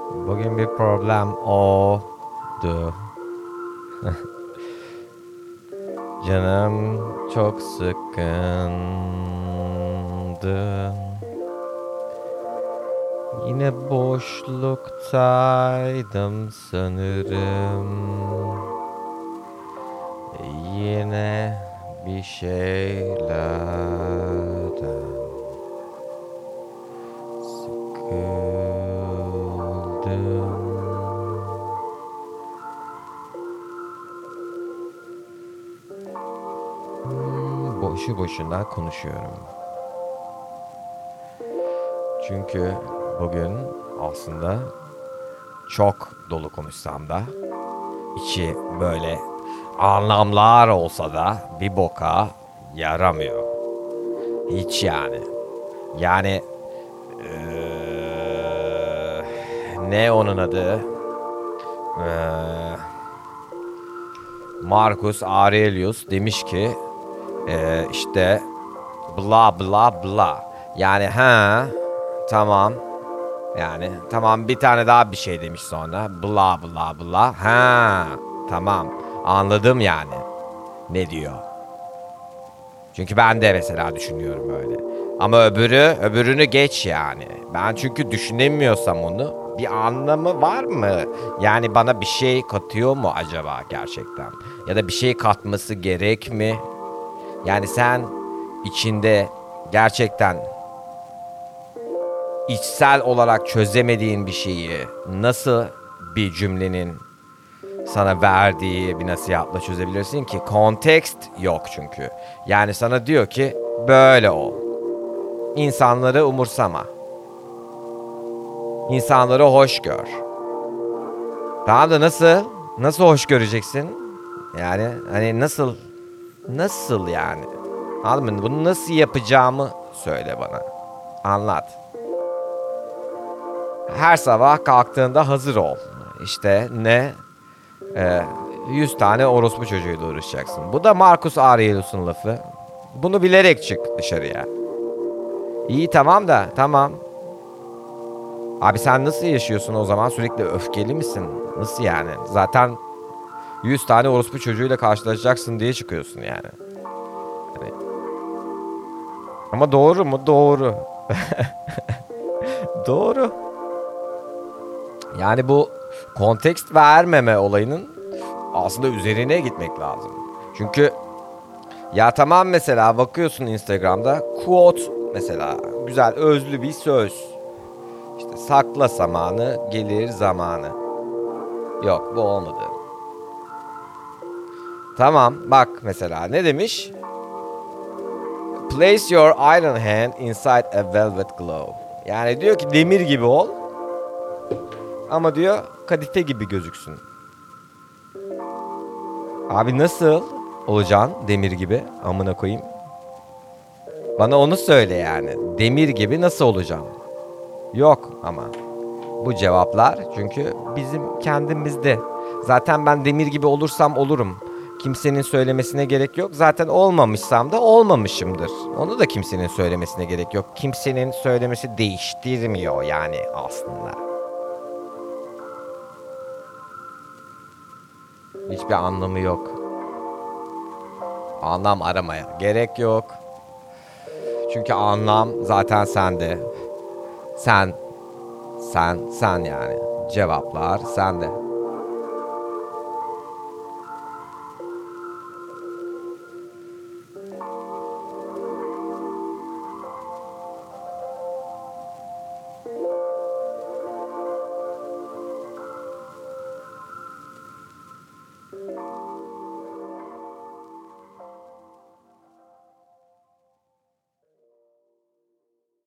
Bugün bir problem oldu. Canım çok sıkkındı. Yine boşluktaydım sanırım. Yine bir şeylerden sıkıldım. Boşu boşuna konuşuyorum. Çünkü bugün aslında çok dolu konuşsam da içi böyle anlamlar olsa da bir boka yaramıyor. Hiç yani. Yani ne onun adı? Eee, Marcus Aurelius demiş ki işte bla bla bla. Yani ha tamam. Yani tamam, bir tane daha bir şey demiş sonra. Bla bla bla. Ha tamam, anladım yani ne diyor. Çünkü ben de mesela düşünüyorum öyle. Ama öbürünü geç yani. Ben çünkü düşünemiyorsam onu, bir anlamı var mı? Yani bana bir şey katıyor mu acaba gerçekten? Ya da bir şey katması gerek mi? Yani sen içinde gerçekten içsel olarak çözemediğin bir şeyi nasıl bir cümlenin sana verdiği bir nasihatla çözebilirsin ki? Kontekst yok çünkü. Yani sana diyor ki böyle ol. İnsanları umursama. İnsanları hoş gör. Tamam da nasıl? Nasıl hoş göreceksin? Yani hani nasıl yani? Anladın mı? Bunu nasıl yapacağımı söyle bana. Anlat. Her sabah kalktığında hazır ol. İşte ne? 100 tane orospu çocuğuyla uğraşacaksın. Bu da Marcus Aurelius'un lafı. Bunu bilerek çık dışarıya. İyi tamam da tamam. Abi sen nasıl yaşıyorsun o zaman? Sürekli öfkeli misin? Nasıl yani? Zaten 100 tane orospu çocuğuyla karşılaşacaksın diye çıkıyorsun yani. Hani, ama doğru mu? Doğru. Doğru. Yani bu kontekst vermeme olayının aslında üzerine gitmek lazım. Çünkü ya tamam, mesela bakıyorsun Instagram'da quote, mesela güzel özlü bir söz. İşte sakla zamanı gelir zamanı. Yok, bu olmadı. Tamam bak, mesela ne demiş? Place your iron hand inside a velvet glove. Yani diyor ki demir gibi ol ama diyor kadife gibi gözüksün. Abi nasıl olacaksın demir gibi, amına koyayım? Bana onu söyle yani. Demir gibi nasıl olacaksın? Yok ama. Bu cevaplar çünkü bizim kendimizde. Zaten ben demir gibi olursam olurum. Kimsenin söylemesine gerek yok. Zaten olmamışsam da olmamışımdır. Onu da kimsenin söylemesine gerek yok. Kimsenin söylemesi değiştirmiyor yani aslında. Hiçbir anlamı yok. Anlam aramaya gerek yok. Çünkü anlam zaten sende. Sen, sen yani. Cevaplar sende.